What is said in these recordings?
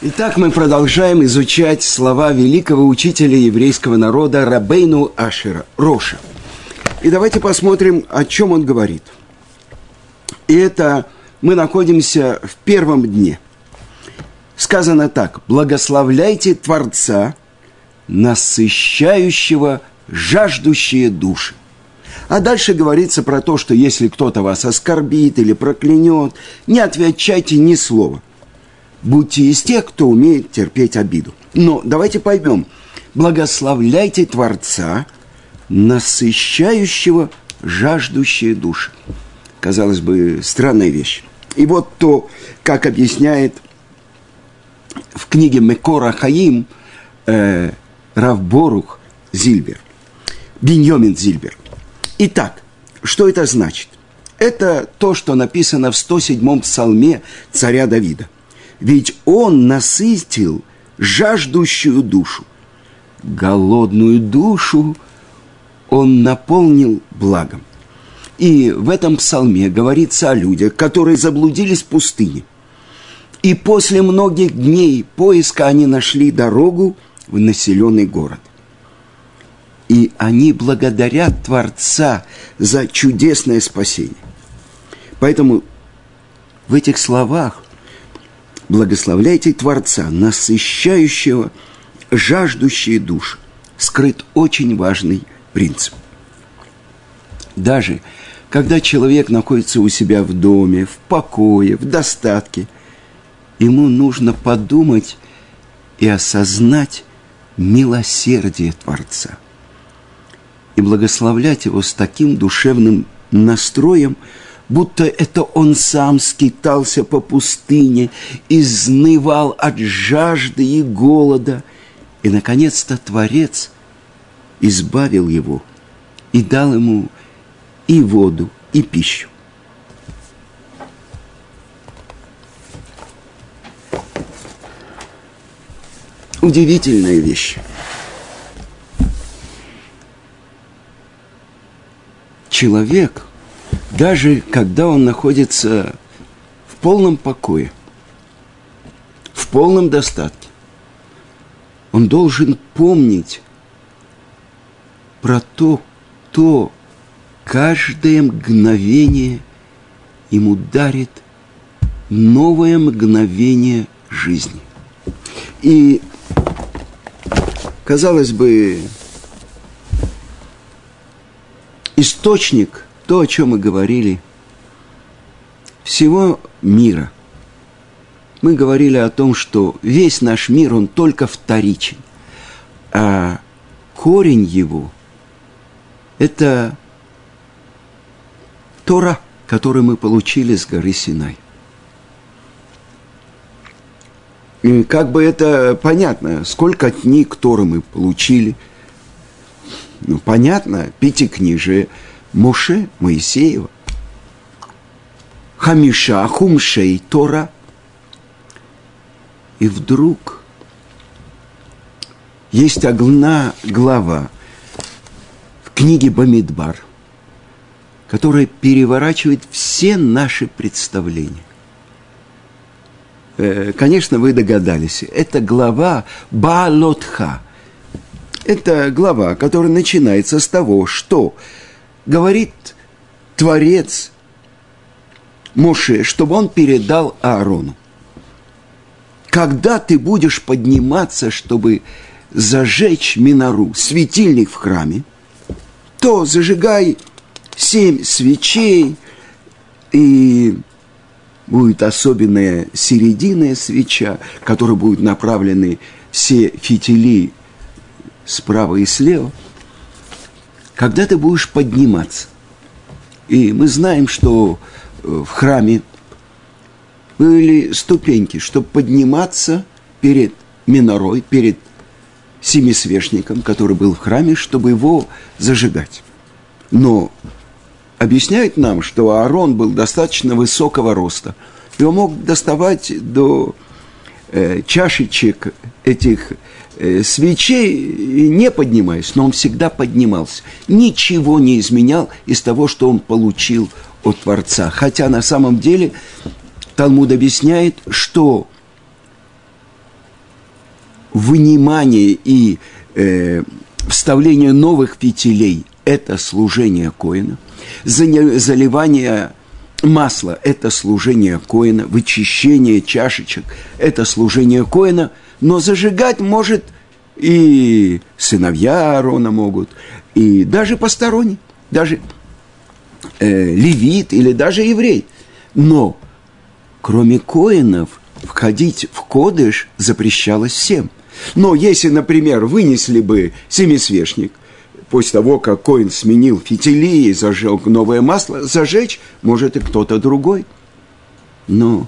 Итак, мы продолжаем изучать слова великого учителя еврейского народа Рабейну Ашера, Роша. И давайте посмотрим, о чем он говорит. И это мы находимся в первом дне. Сказано так: «Благословляйте Творца, насыщающего жаждущие души». А дальше говорится про то, что если кто-то вас оскорбит или проклянет, не отвечайте ни слова. Будьте из тех, кто умеет терпеть обиду. Но давайте поймем. Благословляйте Творца, насыщающего жаждущие души. Казалось бы, странная вещь. И вот то, как объясняет в книге Мекор ха-Хаим Рав Борух Зильбер, Биньямин Зильбер. Итак, что это значит? Это то, что написано в 107-м псалме царя Давида. Ведь он насытил жаждущую душу. Голодную душу он наполнил благом. И в этом псалме говорится о людях, которые заблудились в пустыне. И после многих дней поиска они нашли дорогу в населенный город. И они благодарят Творца за чудесное спасение. Поэтому в этих словах «благословляйте Творца, насыщающего жаждущие души» скрыт очень важный принцип. Даже когда человек находится у себя в доме, в покое, в достатке, ему нужно подумать и осознать милосердие Творца. И благословлять его с таким душевным настроем, будто это он сам скитался по пустыне, изнывал от жажды и голода. И, наконец-то, Творец избавил его и дал ему и воду, и пищу. Удивительная вещь. Человек, даже когда он находится в полном покое, в полном достатке, он должен помнить про то каждое мгновение ему дарит новое мгновение жизни. И, казалось бы, источник, то, о чем мы говорили, всего мира. Мы говорили о том, что весь наш мир, он только вторичен. А корень его – это Тора, которую мы получили с горы Синай. И как бы это понятно, сколько книг Торы мы получили. Ну, понятно, пятикнижие Моше, Моисеева. Хамиша, Хумшей, Тора. И вдруг есть одна глава в книге Бамидбар, которая переворачивает все наши представления. Конечно, вы догадались, это глава Баалотха. Это глава, которая начинается с того, что говорит Творец Моше, чтобы он передал Аарону. Когда ты будешь подниматься, чтобы зажечь минору, светильник в храме, то зажигай 7 свечей, и будет особенная серединная свеча, в которой будут направлены все фитили справа и слева. Когда ты будешь подниматься, и мы знаем, что в храме были ступеньки, чтобы подниматься перед минорой, перед семисвечником, который был в храме, чтобы его зажигать. Но объясняет нам, что Аарон был достаточно высокого роста, и он мог доставать до чашечек этих свечей, не поднимаясь, но он всегда поднимался. Ничего не изменял из того, что он получил от Творца. Хотя на самом деле Талмуд объясняет, что вынимание и вставление новых фитилей – это служение коэна. Заливание масла – это служение коэна. Вычищение чашечек – это служение коэна. Но зажигать может и сыновья Аарона могут, и даже посторонний, даже левит или даже еврей. Но кроме коэнов входить в кодеш запрещалось всем. Но если, например, вынесли бы семисвечник, после того, как коэн сменил фитили и зажег новое масло, зажечь может и кто-то другой. Но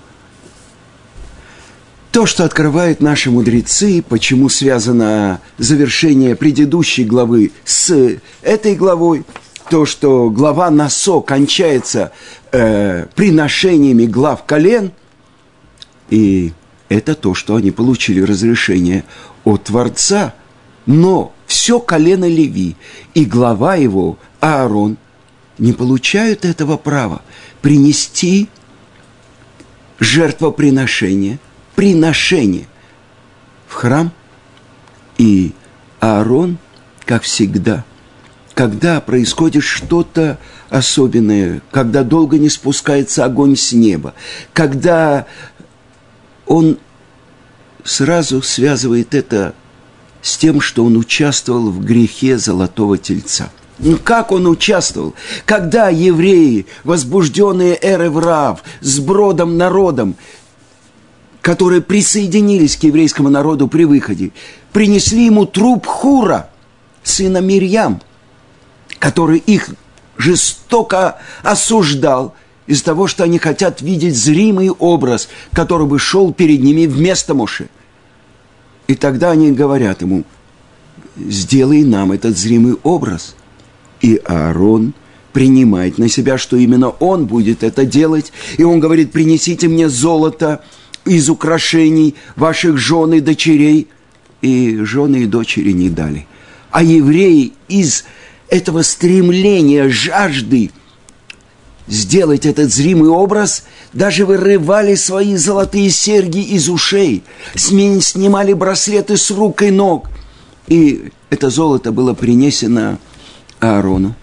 то, что открывают наши мудрецы, почему связано завершение предыдущей главы с этой главой, то, что глава Насо кончается приношениями глав колен, и это то, что они получили разрешение от Творца. Но все колено Леви и глава его, Аарон, не получают этого права принести жертвоприношение, приношение в храм. И Аарон, как всегда, когда происходит что-то особенное, когда долго не спускается огонь с неба, когда он сразу связывает это с тем, что он участвовал в грехе золотого тельца. Ну, как он участвовал? Когда евреи, возбужденные эрев Рав, с бродом народом, которые присоединились к еврейскому народу при выходе, принесли ему труп Хура, сына Мирьям, который их жестоко осуждал из-за того, что они хотят видеть зримый образ, который бы шел перед ними вместо Моше. И тогда они говорят ему: сделай нам этот зримый образ. И Аарон принимает на себя, что именно он будет это делать. И он говорит: принесите мне золото из украшений ваших жен и дочерей. И жены и дочери не дали. А евреи из этого стремления, жажды сделать этот зримый образ, даже вырывали свои золотые серьги из ушей, снимали браслеты с рук и ног. И это золото было принесено Аарону.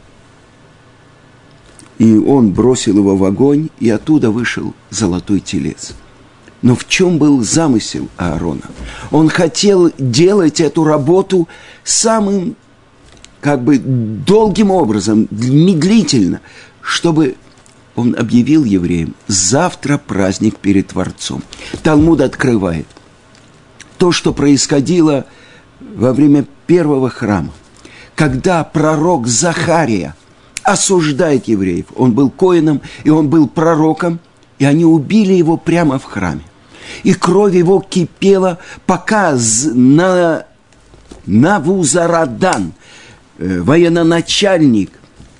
И он бросил его в огонь, и оттуда вышел золотой телец. Но в чем был замысел Аарона? Он хотел делать эту работу самым, долгим образом, медлительно, чтобы он объявил евреям: завтра праздник перед Творцом. Талмуд открывает то, что происходило во время первого храма, когда пророк Захария осуждает евреев. Он был коэном, и он был пророком, и они убили его прямо в храме. И кровь его кипела, пока Навузарадан, военачальник,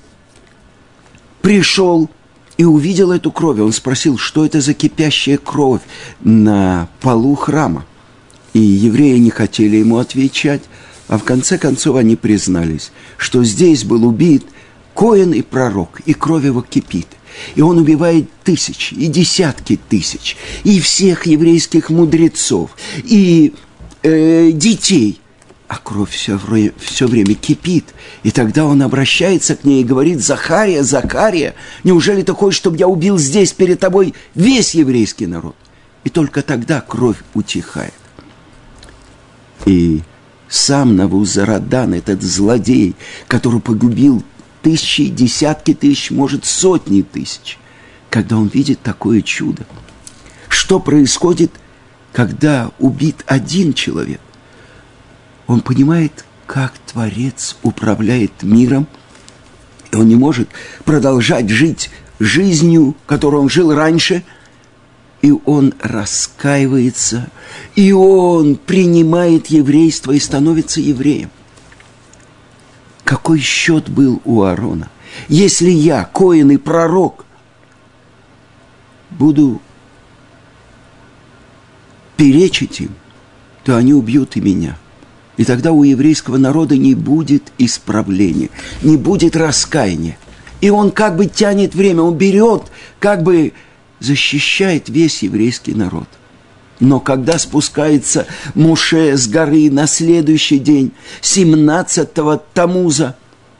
пришел и увидел эту кровь. Он спросил, что это за кипящая кровь на полу храма. И евреи не хотели ему отвечать, а в конце концов они признались, что здесь был убит коэн и пророк, и кровь его кипит. И он убивает тысячи, и десятки тысяч, и всех еврейских мудрецов, и детей. А кровь все время кипит. И тогда он обращается к ней и говорит: Захария, Захария, неужели ты хочешь, чтобы я убил здесь перед тобой весь еврейский народ? И только тогда кровь утихает. И сам Навузарадан, этот злодей, который погубил тысячи, десятки тысяч, может, сотни тысяч, когда он видит такое чудо, что происходит, когда убит один человек, он понимает, как Творец управляет миром, и он не может продолжать жить жизнью, которой он жил раньше, и он раскаивается, и он принимает еврейство и становится евреем. Какой счет был у Аарона? Если я, коэн и пророк, буду перечить им, то они убьют и меня. И тогда у еврейского народа не будет исправления, не будет раскаяния. И он тянет время, он берет, защищает весь еврейский народ. Но когда спускается Моше с горы на следующий день, 17-го Тамуза,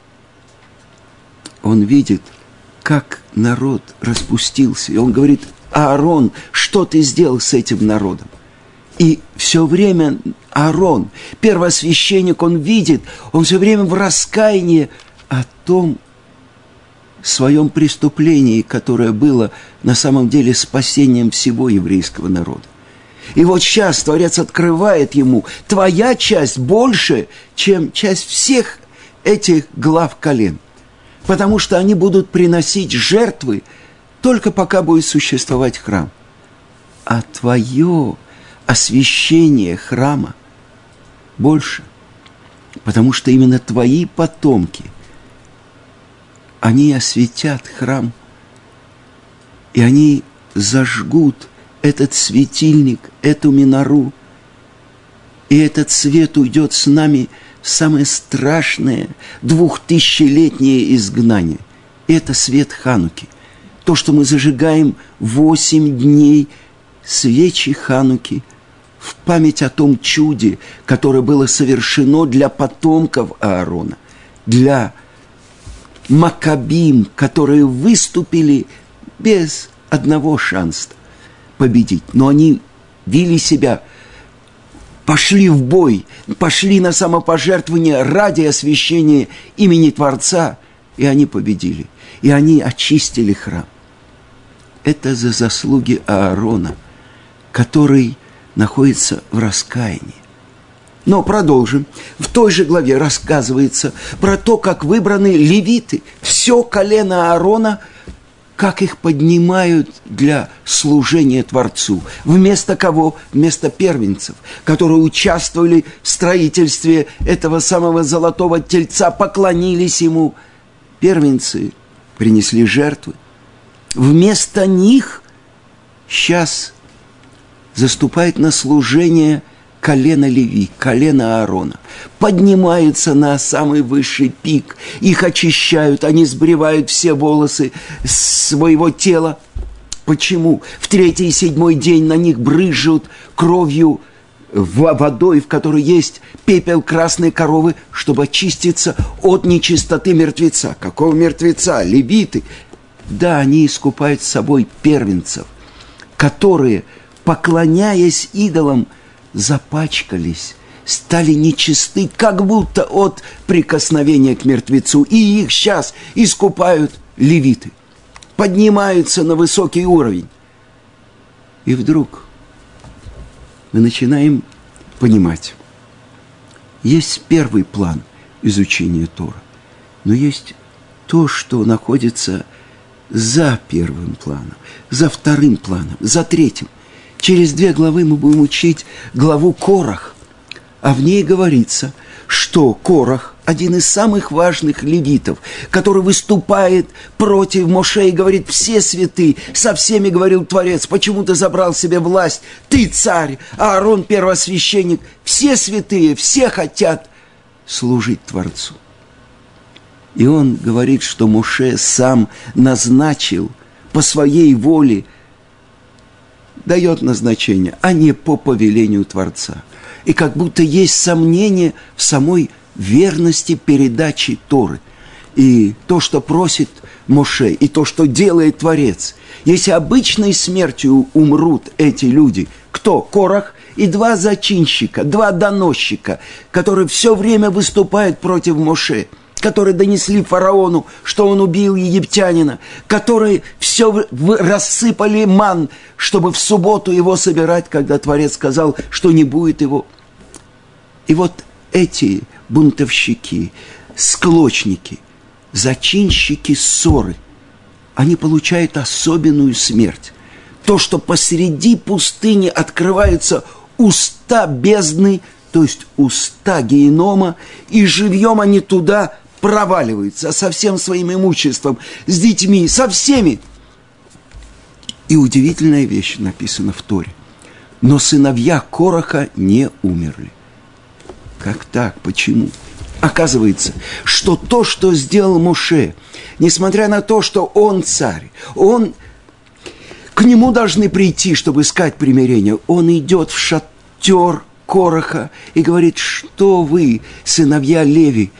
он видит, как народ распустился. И он говорит: Аарон, что ты сделал с этим народом? И все время Аарон, первосвященник, он видит, он все время в раскаянии о том своем преступлении, которое было на самом деле спасением всего еврейского народа. И вот сейчас Творец открывает ему: твоя часть больше, чем часть всех этих глав колен. Потому что они будут приносить жертвы только пока будет существовать храм. А твое освящение храма больше. Потому что именно твои потомки, они осветят храм. И они зажгут этот светильник, эту минору. И этот свет уйдет с нами в самое страшное 2000-летнее изгнание. И это свет Хануки. То, что мы зажигаем 8 дней свечи Хануки в память о том чуде, которое было совершено для потомков Аарона, для Маккабим, которые выступили без одного шанса победить. Но они вели себя, пошли в бой, пошли на самопожертвование ради освящения имени Творца, и они победили. И они очистили храм. Это за заслуги Аарона, который находится в раскаянии. Но продолжим. В той же главе рассказывается про то, как выбраны левиты, все колено Аарона, как их поднимают для служения Творцу. Вместо кого? Вместо первенцев, которые участвовали в строительстве этого самого золотого тельца, поклонились ему. Первенцы принесли жертвы. Вместо них сейчас заступает на служение колено Леви, колено Аарона. Поднимаются на самый высший пик, их очищают, они сбривают все волосы своего тела. Почему? В 3-й и 7-й день на них брызжут кровью, водой, в которой есть пепел красной коровы, чтобы очиститься от нечистоты мертвеца. Какого мертвеца? Левиты. Да, они искупают собой первенцев, которые, поклоняясь идолам, запачкались, стали нечисты, как будто от прикосновения к мертвецу. И их сейчас искупают левиты, поднимаются на высокий уровень. И вдруг мы начинаем понимать, есть первый план изучения Торы, но есть то, что находится за первым планом, за вторым планом, за третьим. Через 2 главы мы будем учить главу Корах, а в ней говорится, что Корах – один из самых важных левитов, который выступает против Моше и говорит: все святы, со всеми говорил Творец, почему ты забрал себе власть, ты царь, а Аарон первосвященник, все святые, все хотят служить Творцу. И он говорит, что Моше сам назначил по своей воле, дает назначение, а не по повелению Творца. И как будто есть сомнение в самой верности передачи Торы. И то, что просит Моше, и то, что делает Творец. Если обычной смертью умрут эти люди, кто? Корах и 2 зачинщика, 2 доносчика, которые все время выступают против Моше, которые донесли фараону, что он убил египтянина, которые все рассыпали ман, чтобы в субботу его собирать, когда Творец сказал, что не будет его. И вот эти бунтовщики, склочники, зачинщики ссоры, они получают особенную смерть. То, что посреди пустыни открываются уста бездны, то есть уста генома, и живьем они туда проваливаются со всем своим имуществом, с детьми, со всеми. И удивительная вещь написана в Торе. Но сыновья Кораха не умерли. Как так? Почему? Оказывается, что то, что сделал Моше, несмотря на то, что он царь, он к нему должны прийти, чтобы искать примирение. Он идет в шатер Кораха и говорит: что вы, сыновья Леви,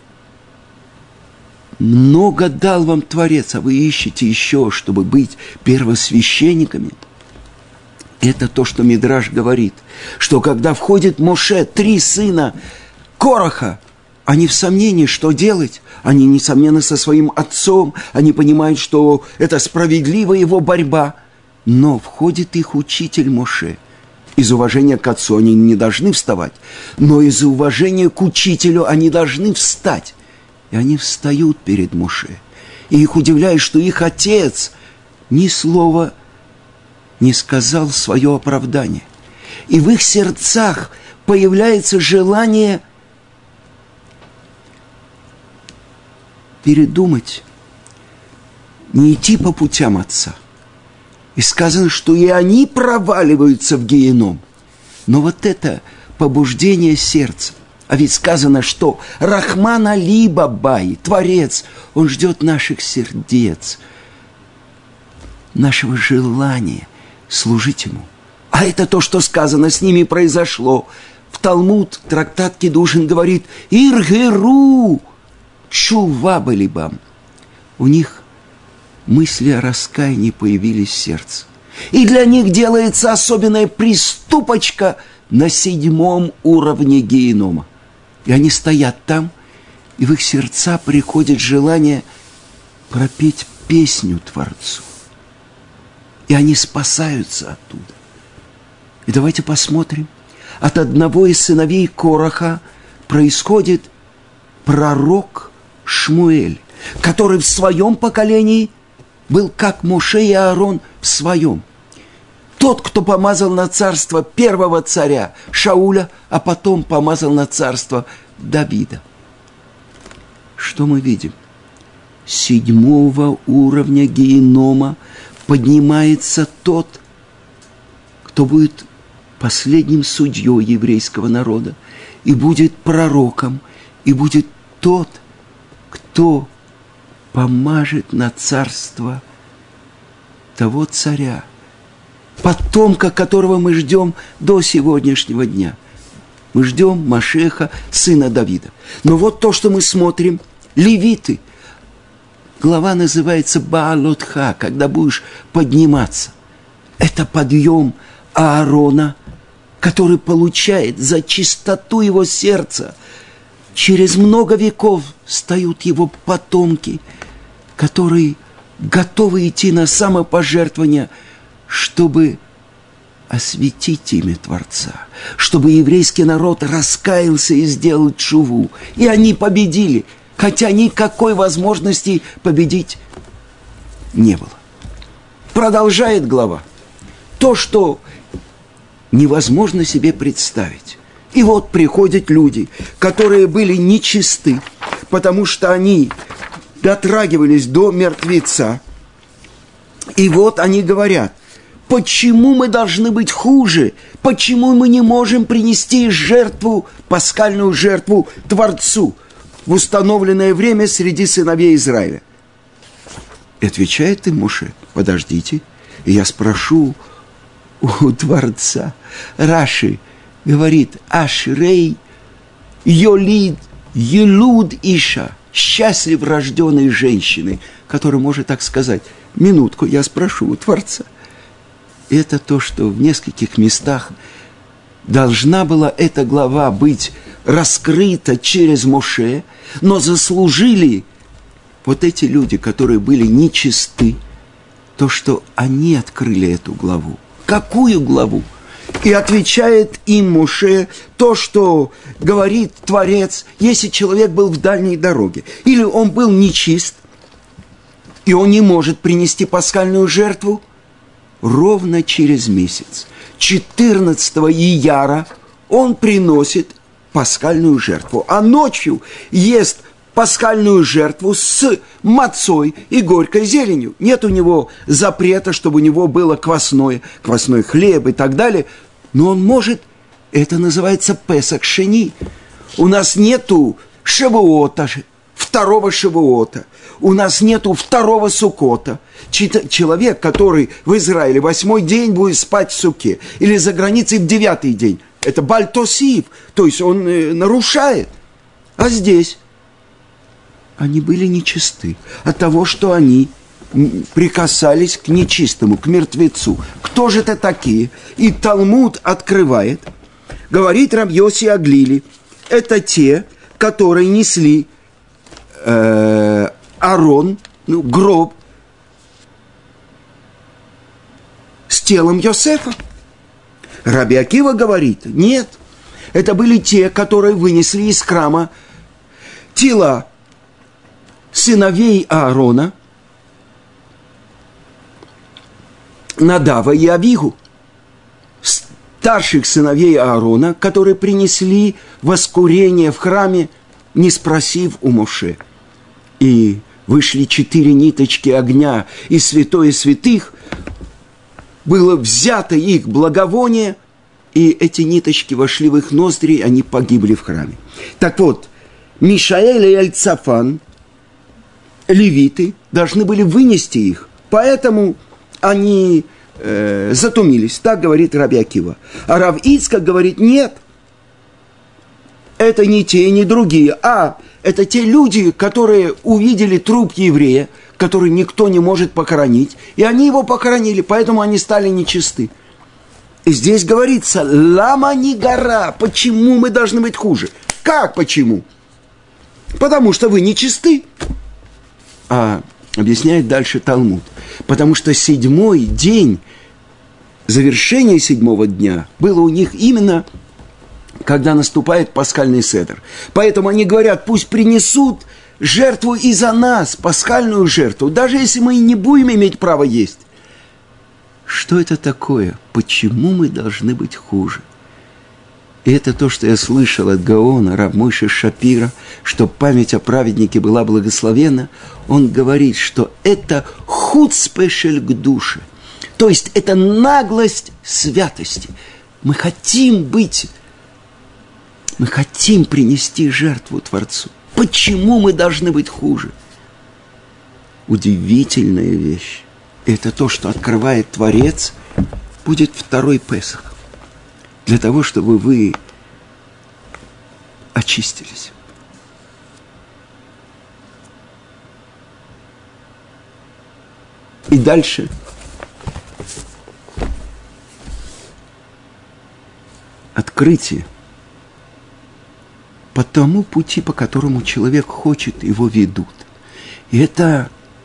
много дал вам Творец, а вы ищете еще, чтобы быть первосвященниками. Это то, что Мидраш говорит, что когда входит Моше, 3 сына Кораха, они в сомнении, что делать. Они, несомненно, со своим отцом, они понимают, что это справедлива его борьба. Но входит их учитель Моше. Из уважения к отцу они не должны вставать, но из уважения к учителю они должны встать. И они встают перед Моше. И их удивляет, что их отец ни слова не сказал свое оправдание. И в их сердцах появляется желание передумать, не идти по путям отца. И сказано, что и они проваливаются в геенном. Но вот это побуждение сердца. А ведь сказано, что Рахман Али Бабай, Творец, Он ждет наших сердец, нашего желания служить Ему. А это то, что сказано, с ними произошло. В Талмуд, трактат Кидушин говорит: «Иргеру чува балибам». У них мысли о раскаянии появились в сердце. И для них делается особенная приступочка на 7 уровне генома. И они стоят там, и в их сердца приходит желание пропеть песню Творцу. И они спасаются оттуда. И давайте посмотрим. От одного из сыновей Кораха происходит пророк Шмуэль, который в своем поколении был как Моше и Аарон в своем. Тот, кто помазал на царство первого царя Шауля, а потом помазал на царство Давида. Что мы видим? 7 уровня генома поднимается тот, кто будет последним судьей еврейского народа, и будет пророком, и будет тот, кто помажет на царство того царя, потомка которого мы ждем до сегодняшнего дня. Мы ждем Машеха, сына Давида. Но вот то, что мы смотрим, левиты. Глава называется Баалотха, когда будешь подниматься. Это подъем Аарона, который получает за чистоту его сердца. Через много веков встают его потомки, которые готовы идти на самопожертвование, чтобы осветить имя Творца, чтобы еврейский народ раскаялся и сделал тшуву. И они победили, хотя никакой возможности победить не было. Продолжает глава. То, что невозможно себе представить. И вот приходят люди, которые были нечисты, потому что они дотрагивались до мертвеца. И вот они говорят: почему мы должны быть хуже? Почему мы не можем принести жертву, пасхальную жертву Творцу в установленное время среди сыновей Израиля? И отвечает им Моше: подождите, и я спрошу у Творца. Раши говорит: Ашрей Йолид Елуд Иша, счастлив рожденной женщины, которая может так сказать: минутку, я спрошу у Творца. Это то, что в нескольких местах должна была эта глава быть раскрыта через Моше, но заслужили вот эти люди, которые были нечисты, то, что они открыли эту главу. Какую главу? И отвечает им Моше то, что говорит Творец: если человек был в дальней дороге, или он был нечист, и он не может принести пасхальную жертву, ровно через месяц, 14 ияра, он приносит пасхальную жертву, а ночью ест пасхальную жертву с мацой и горькой зеленью. Нет у него запрета, чтобы у него было квасной хлеб и так далее, но он может, это называется Песах Шени. У нас нету Шавуота второго Шавуота, у нас нету второго Суккота. Человек, который в Израиле 8-й день будет спать в суке, или за границей в 9-й день, это Баль-Тосив, то есть он нарушает. А здесь они были нечисты от того, что они прикасались к нечистому, к мертвецу. Кто же это такие? И Талмуд открывает, говорит Рав Йоси Аглили, это те, которые несли арон, гроб с телом Йосефа. Раби Акива говорит, нет, это были те, которые вынесли из храма тела сыновей Аарона, Надава и Авигу, старших сыновей Аарона, которые принесли воскурение в храме, не спросив у Моше. И вышли 4 ниточки огня из святое святых, было взято их благовоние, и эти ниточки вошли в их ноздри, и они погибли в храме. Так вот, Мишаэль и Эльцафан, левиты, должны были вынести их, поэтому они затумились, так говорит Раби Акива. А Рав Ицхак говорит, нет, это не те, не другие, а это те люди, которые увидели труп еврея, который никто не может похоронить, и они его похоронили, поэтому они стали нечисты. И здесь говорится, лама не гора, почему мы должны быть хуже? Как почему? Потому что вы нечисты. А объясняет дальше Талмуд. Потому что 7-й день, завершение 7-го дня, было у них именно, когда наступает пасхальный седер. Поэтому они говорят, пусть принесут жертву и за нас, пасхальную жертву, даже если мы и не будем иметь права есть. Что это такое? Почему мы должны быть хуже? И это то, что я слышал от Гаона, Рав Мойше Шапира, что память о праведнике была благословена. Он говорит, что это хуцпе шель гдуша, то есть это наглость святости. Мы хотим принести жертву Творцу. Почему мы должны быть хуже? Удивительная вещь. Это то, что открывает Творец, будет второй Песах. Для того, чтобы вы очистились. И дальше. Открытие. По тому пути, по которому человек хочет, его ведут. И это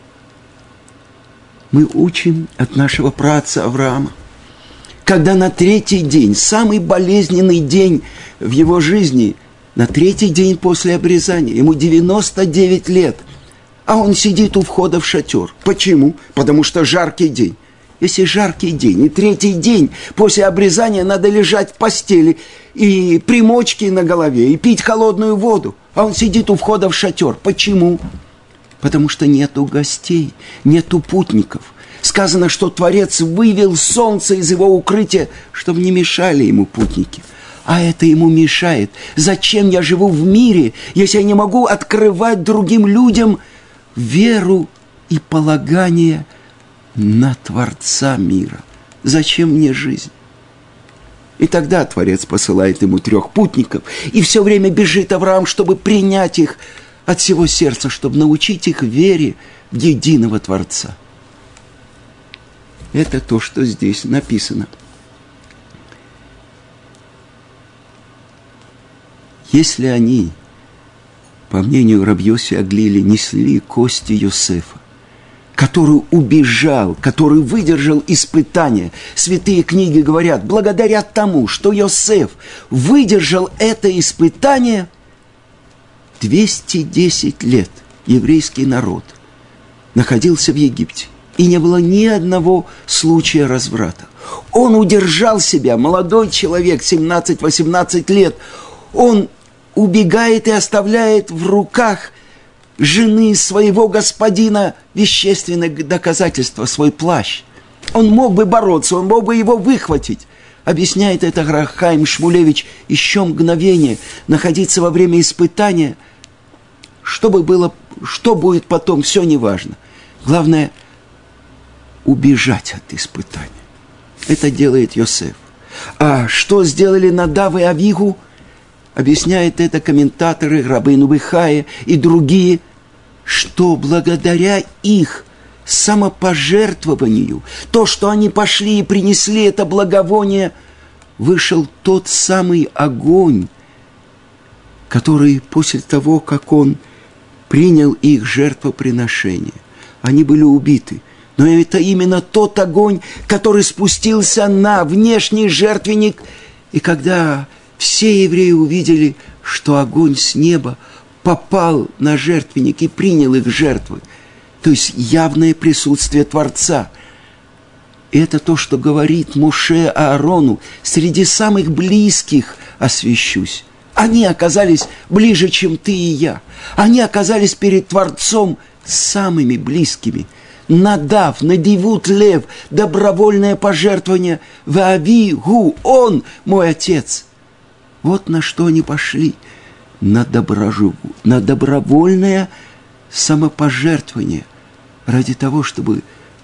мы учим от нашего праотца Авраама. Когда на 3-й день, самый болезненный день в его жизни, на 3-й день после обрезания, ему 99 лет, а он сидит у входа в шатер. Почему? Потому что жаркий день. Если жаркий день и 3-й день после обрезания надо лежать в постели и примочки на голове, и пить холодную воду, а он сидит у входа в шатер. Почему? Потому что нету гостей, нету путников. Сказано, что Творец вывел солнце из его укрытия, чтобы не мешали ему путники. А это ему мешает. Зачем я живу в мире, если я не могу открывать другим людям веру и полагание на Творца мира? Зачем мне жизнь? И тогда Творец посылает ему 3 путников, и все время бежит Авраам, чтобы принять их от всего сердца, чтобы научить их вере в единого Творца. Это то, что здесь написано. Если они, по мнению Рав Йоси Аглили, несли кости Йосефа, который убежал, который выдержал испытания, святые книги говорят, благодаря тому, что Йосеф выдержал это испытание, 210 лет еврейский народ находился в Египте. И не было ни одного случая разврата. Он удержал себя, молодой человек, 17-18 лет. Он убегает и оставляет в руках жены своего господина вещественное доказательство, свой плащ. Он мог бы бороться, он мог бы его выхватить. Объясняет это Рав Хаим Шмулевич, еще мгновение находиться во время испытания, что будет потом, все неважно. Главное – убежать от испытания. Это делает Йосеф. А что сделали Надав и Авигу? Объясняют это комментаторы Рабейну Бехая и другие, что благодаря их самопожертвованию, то, что они пошли и принесли это благовоние, вышел тот самый огонь, который после того, как он принял их жертвоприношение, они были убиты. Но это именно тот огонь, который спустился на внешний жертвенник. И когда все евреи увидели, что огонь с неба попал на жертвенник и принял их жертвы, то есть явное присутствие Творца. И это то, что говорит Моше Аарону: среди самых близких освящусь. Они оказались ближе, чем ты и я. Они оказались перед Творцом самыми близкими. Надав, надивут лев, добровольное пожертвование, ваавигу, он мой отец. Вот на что они пошли, на добровольное самопожертвование, ради того, чтобы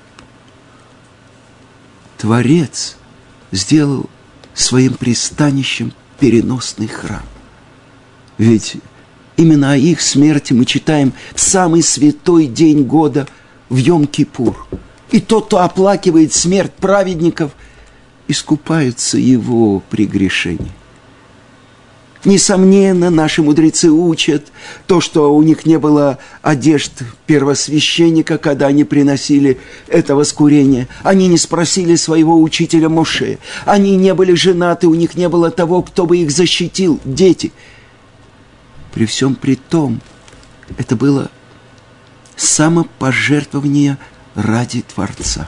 Творец сделал своим пристанищем переносный храм. Ведь именно о их смерти мы читаем в самый святой день года, в Йом-Кипур. И тот, кто оплакивает смерть праведников, искупаются его прегрешения. Несомненно, наши мудрецы учат то, что у них не было одежд первосвященника, когда они приносили это воскурение. Они не спросили своего учителя Моше. Они не были женаты, у них не было того, кто бы их защитил, дети. При всем при том, это было самопожертвование ради Творца.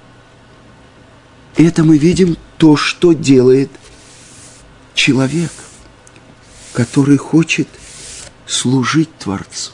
Это мы видим то, что делает человек, который хочет служить Творцу.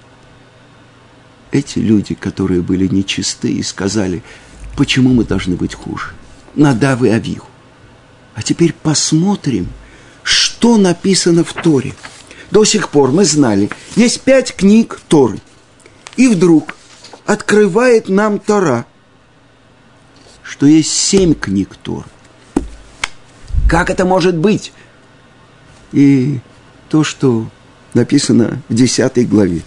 Эти люди, которые были нечисты и сказали: почему мы должны быть хуже? Надав и Авигу. А теперь посмотрим, что написано в Торе. До сих пор мы знали, есть 5 книг Торы. И вдруг открывает нам Тора, что есть 7 книг Торы. Как это может быть? И то, что написано в 10 главе,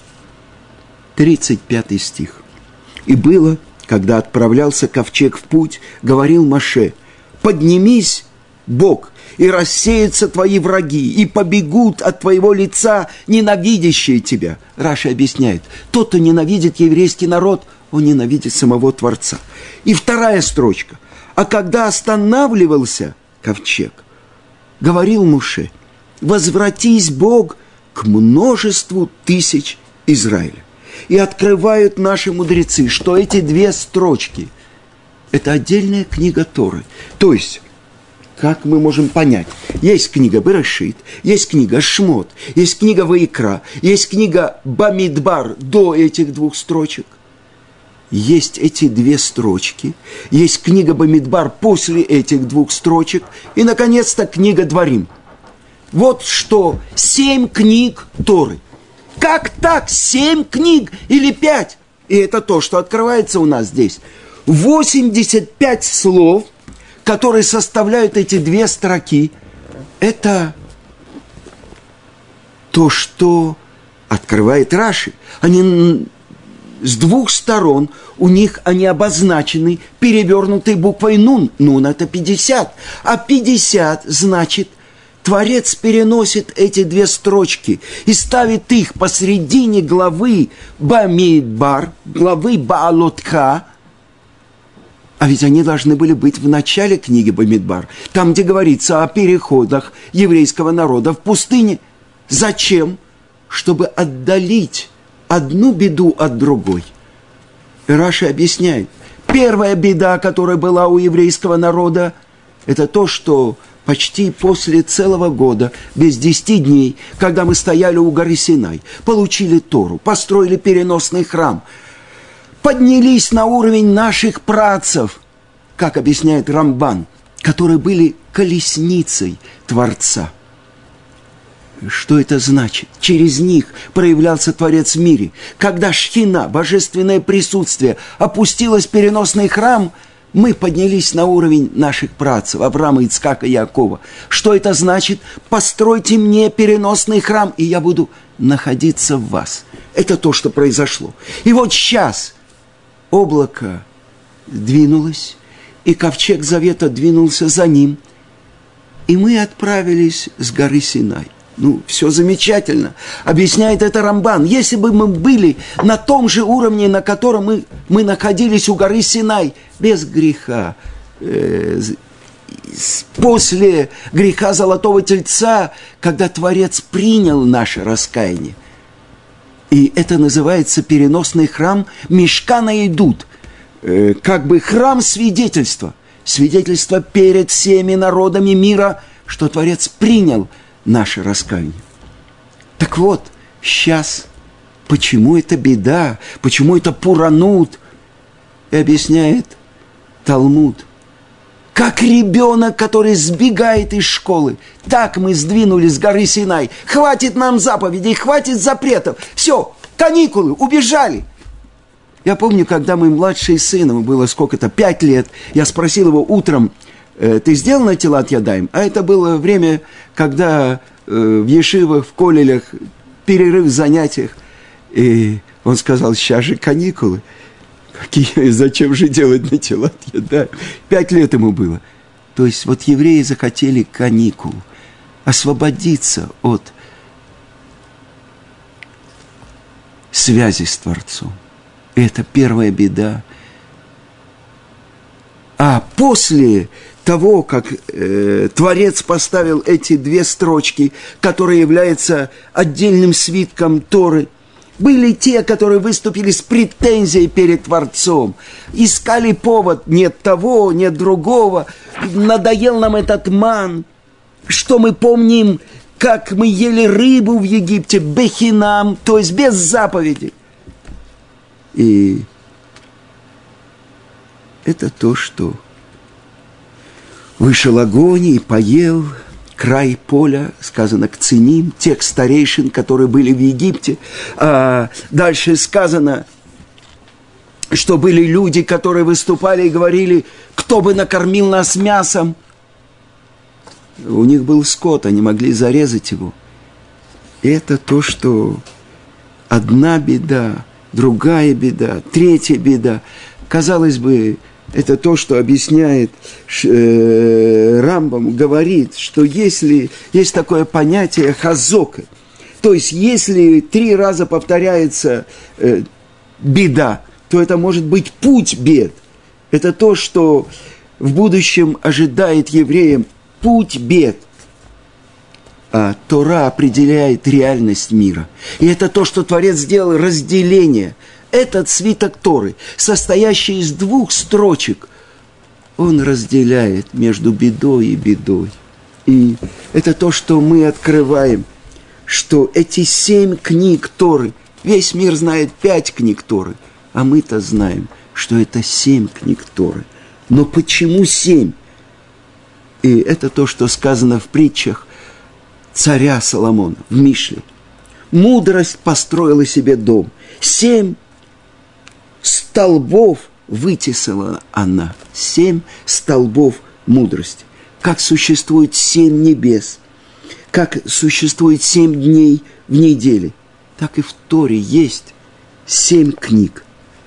35 стих. «И было, когда отправлялся ковчег в путь, говорил Моше: поднимись, Бог, и рассеются твои враги, и побегут от твоего лица ненавидящие тебя». Раши объясняет: тот, кто ненавидит еврейский народ, он ненавидит самого Творца. И 2 строчка. «А когда останавливался ковчег, говорил Моше: возвратись, Бог, к множеству тысяч Израиля». И открывают наши мудрецы, что эти 2 строчки – это отдельная книга Торы. То есть, как мы можем понять? Есть книга Берешит, есть книга Шмот, есть книга Ваикра, есть книга Бамидбар до этих 2 строчек. Есть эти 2 строчки, есть книга Бамидбар после этих 2 строчек, и, наконец-то, книга Дворим. Вот что 7 книг Торы. Как так? 7 книг или 5? И это то, что открывается у нас здесь. 85 слов, которые составляют эти 2 строки, это то, что открывает Раши. Они с 2 сторон, у них они обозначены перевернутой буквой Нун. Нун – это 50. А 50 значит, Творец переносит эти 2 строчки и ставит их посредине главы Бамидбар, главы Баалотха. А ведь они должны были быть в начале книги Бамидбар, там, где говорится о переходах еврейского народа в пустыне. Зачем? Чтобы отдалить одну беду от другой. И Раши объясняет, первая беда, которая была у еврейского народа, это то, что почти после целого года, без 10 дней, когда мы стояли у горы Синай, получили Тору, построили переносный храм, поднялись на уровень наших праотцев, как объясняет Рамбан, которые были колесницей Творца. Что это значит? Через них проявлялся Творец в мире. Когда Шхина, божественное присутствие, опустилось в переносный храм, мы поднялись на уровень наших працев, Авраама, Ицхака и Якова. Что это значит? Постройте мне переносный храм, и я буду находиться в вас. Это то, что произошло. И вот сейчас облако двинулось, и ковчег завета двинулся за ним, и мы отправились с горы Синай. Все замечательно. Объясняет это Рамбан. Если бы мы были на том же уровне, на котором мы находились у горы Синай, без греха, после греха Золотого Тельца, когда Творец принял наше раскаяние. И это называется переносный храм Мишкана Идут. Как бы храм свидетельства. Свидетельство перед всеми народами мира, что Творец принял наше раскаяние. Так вот, сейчас, почему это беда, почему это пуранут, и объясняет Талмуд. Как ребенок, который сбегает из школы, так мы сдвинулись с горы Синай. Хватит нам заповедей, хватит запретов. Все, каникулы, убежали. Я помню, когда мой младший сын, ему было сколько-то, 5 лет, я спросил его утром: ты сделал натилат ядаим? А это было время, когда в ешивах, в колелях, перерыв в занятиях. И он сказал: сейчас же каникулы. Какие, зачем же делать натилат ядаим? 5 лет ему было. То есть вот евреи захотели каникул, освободиться от связи с Творцом. И это первая беда. А после того, как Творец поставил эти 2 строчки, которые являются отдельным свитком Торы, были те, которые выступили с претензией перед Творцом, искали повод, нет того, нет другого, надоел нам этот ман, что мы помним, как мы ели рыбу в Египте, бехинам, то есть без заповедей. И это то, что вышел огонь и поел край поля, сказано, кциним, тех старейшин, которые были в Египте. А дальше сказано, что были люди, которые выступали и говорили: кто бы накормил нас мясом. У них был скот, они могли зарезать его. И это то, что одна беда, другая беда, третья беда. Казалось бы, это то, что объясняет Рамбам, говорит, что если есть такое понятие хазока, то есть если 3 раза повторяется беда, то это может быть путь бед. Это то, что в будущем ожидает евреям, путь бед. А Тора определяет реальность мира. И это то, что Творец сделал, разделение. Этот свиток Торы, состоящий из 2 строчек, он разделяет между бедой и бедой. И это то, что мы открываем, что эти 7 книг Торы, весь мир знает 5 книг Торы, а мы-то знаем, что это 7 книг Торы. Но почему 7? И это то, что сказано в притчах царя Соломона, в Мишле. Мудрость построила себе дом. 7 столбов вытесала она. 7 столбов мудрости. Как существует 7 небес, как существует 7 дней в неделе, так и в Торе есть 7 книг.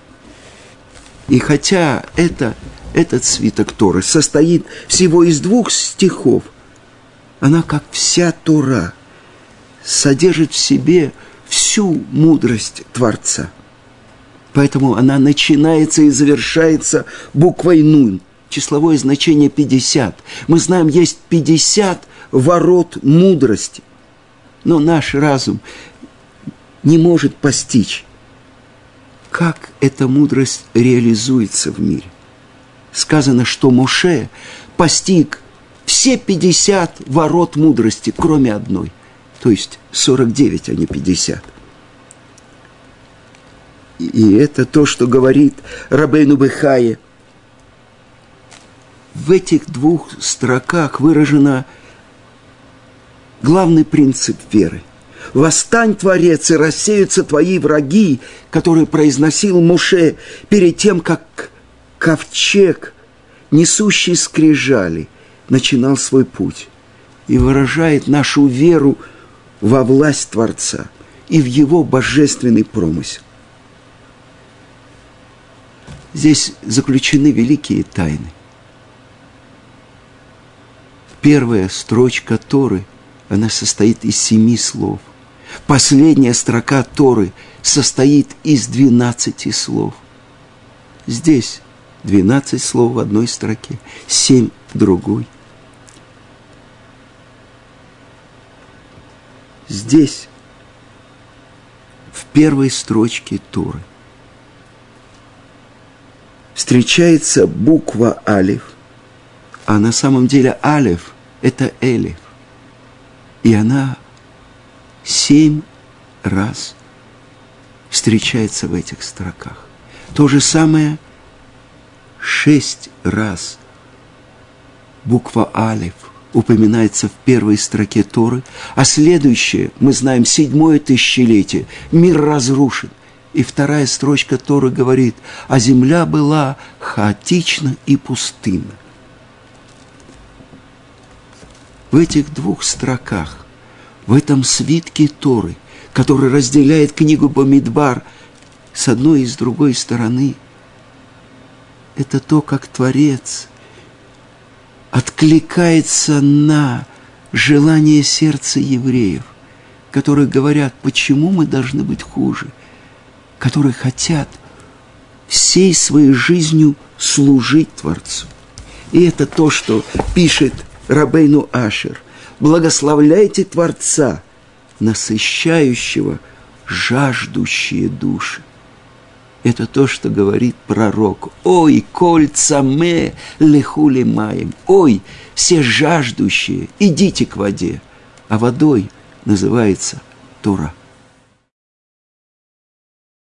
И хотя этот свиток Торы состоит всего из 2 стихов, она, как вся Тора, содержит в себе всю мудрость Творца. Поэтому она начинается и завершается буквой Нун. Числовое значение 50. Мы знаем, есть 50 ворот мудрости. Но наш разум не может постичь, как эта мудрость реализуется в мире. Сказано, что Моше постиг все 50 ворот мудрости, кроме одной. То есть 49, а не 50. И это то, что говорит Рабейну Бехае. В этих 2 строках выражена главный принцип веры. «Восстань, Творец, и рассеются твои враги», которые произносил Моше перед тем, как ковчег, несущий скрижали, начинал свой путь, и выражает нашу веру во власть Творца и в Его божественный промысел. Здесь заключены великие тайны. Первая строчка Торы, она состоит из 7 слов. Последняя строка Торы состоит из 12 слов. Здесь 12 слов в одной строке, 7 в другой. Здесь, в первой строчке Торы, встречается буква Алеф, а на самом деле Алеф – это Элев. И она 7 раз встречается в этих строках. То же самое 6 раз буква Алеф упоминается в первой строке Торы, а следующее, мы знаем, 7-е тысячелетие, мир разрушен. И вторая строчка Торы говорит, а земля была хаотична и пустынна. В этих 2 строках, в этом свитке Торы, который разделяет книгу Бамидбар с одной и с другой стороны, это то, как Творец откликается на желание сердца евреев, которые говорят, почему мы должны быть хуже, которые хотят всей своей жизнью служить Творцу. И это то, что пишет Рабейну Ашер. Благословляйте Творца, насыщающего жаждущие души. Это то, что говорит пророк. Ой, коль цаме леху лемаем. Ой, все жаждущие, идите к воде. А водой называется Тора.